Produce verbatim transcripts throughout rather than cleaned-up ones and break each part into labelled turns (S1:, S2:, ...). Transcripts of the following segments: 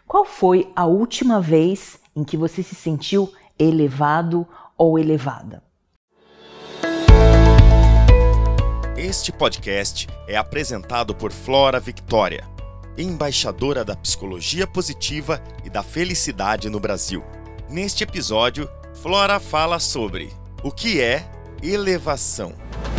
S1: Qual foi a última vez em que você se sentiu elevado ou elevada?
S2: Este podcast é apresentado por Flora Victoria, embaixadora da psicologia positiva e da felicidade no Brasil. Neste episódio, Flora fala sobre o que é elevação.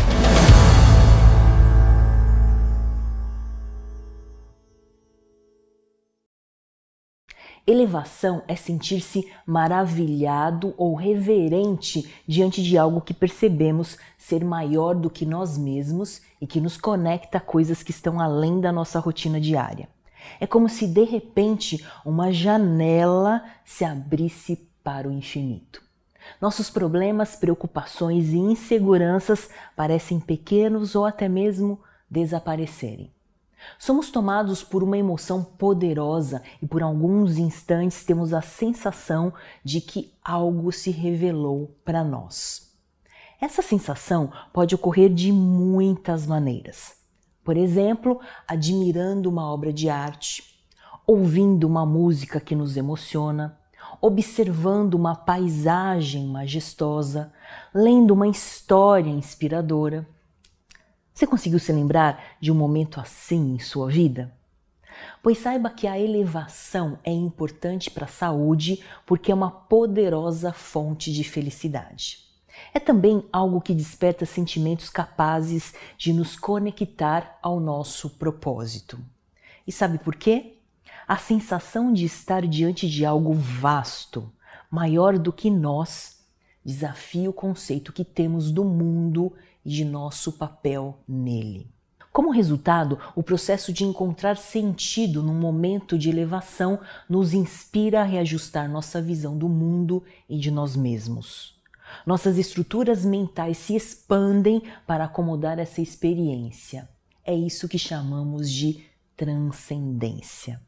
S1: Elevação é sentir-se maravilhado ou reverente diante de algo que percebemos ser maior do que nós mesmos e que nos conecta a coisas que estão além da nossa rotina diária. É como se de repente uma janela se abrisse para o infinito. Nossos problemas, preocupações e inseguranças parecem pequenos ou até mesmo desaparecerem. Somos tomados por uma emoção poderosa e por alguns instantes temos a sensação de que algo se revelou para nós. Essa sensação pode ocorrer de muitas maneiras. Por exemplo, admirando uma obra de arte, ouvindo uma música que nos emociona, observando uma paisagem majestosa, lendo uma história inspiradora. Você conseguiu se lembrar de um momento assim em sua vida? Pois saiba que a elevação é importante para a saúde porque é uma poderosa fonte de felicidade. É também algo que desperta sentimentos capazes de nos conectar ao nosso propósito. E sabe por quê? A sensação de estar diante de algo vasto, maior do que nós, desafia o conceito que temos do mundo e de nosso papel nele. Como resultado, o processo de encontrar sentido num momento de elevação nos inspira a reajustar nossa visão do mundo e de nós mesmos. Nossas estruturas mentais se expandem para acomodar essa experiência. É isso que chamamos de transcendência.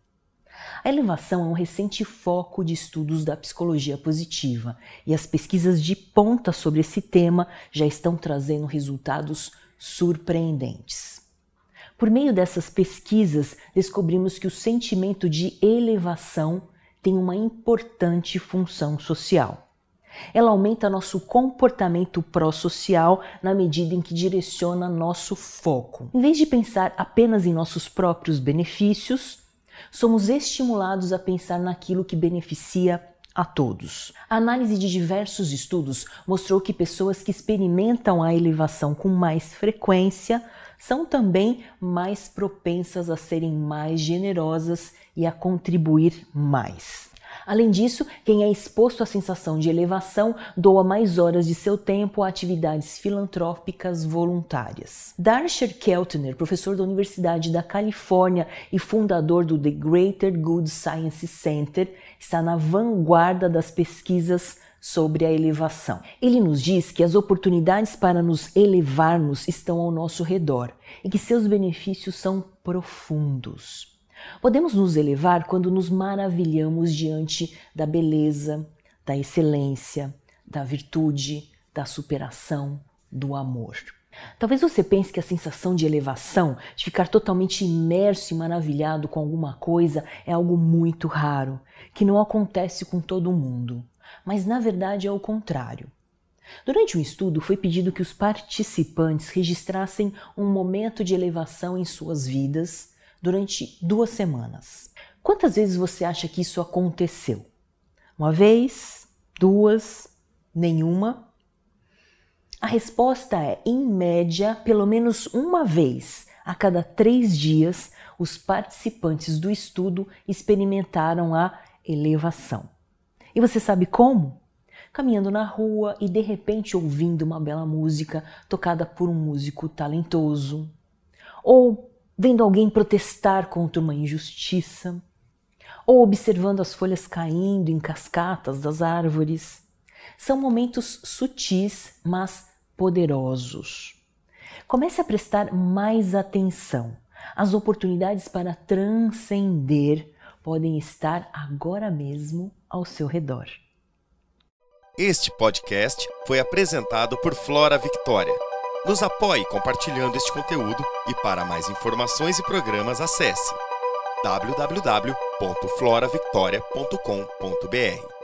S1: A elevação é um recente foco de estudos da psicologia positiva e as pesquisas de ponta sobre esse tema já estão trazendo resultados surpreendentes. Por meio dessas pesquisas, descobrimos que o sentimento de elevação tem uma importante função social. Ela aumenta nosso comportamento pró-social na medida em que direciona nosso foco. Em vez de pensar apenas em nossos próprios benefícios, somos estimulados a pensar naquilo que beneficia a todos. A análise de diversos estudos mostrou que pessoas que experimentam a elevação com mais frequência são também mais propensas a serem mais generosas e a contribuir mais. Além disso, quem é exposto à sensação de elevação doa mais horas de seu tempo a atividades filantrópicas voluntárias. Darshir Keltner, professor da Universidade da Califórnia e fundador do The Greater Good Science Center, está na vanguarda das pesquisas sobre a elevação. Ele nos diz que as oportunidades para nos elevarmos estão ao nosso redor e que seus benefícios são profundos. Podemos nos elevar quando nos maravilhamos diante da beleza, da excelência, da virtude, da superação, do amor. Talvez você pense que a sensação de elevação, de ficar totalmente imerso e maravilhado com alguma coisa, é algo muito raro, que não acontece com todo mundo. Mas na verdade é o contrário. Durante o estudo foi pedido que os participantes registrassem um momento de elevação em suas vidas durante duas semanas. Quantas vezes você acha que isso aconteceu? Uma vez? Duas? Nenhuma? A resposta é, em média, pelo menos uma vez a cada três dias, os participantes do estudo experimentaram a elevação. E você sabe como? Caminhando na rua e de repente ouvindo uma bela música tocada por um músico talentoso, ou vendo alguém protestar contra uma injustiça, ou observando as folhas caindo em cascatas das árvores. São momentos sutis, mas poderosos. Comece a prestar mais atenção. As oportunidades para transcender podem estar agora mesmo ao seu redor.
S2: Este podcast foi apresentado por Flora Victoria. Nos apoie compartilhando este conteúdo e para mais informações e programas acesse w w w ponto flora victoria ponto com ponto b r.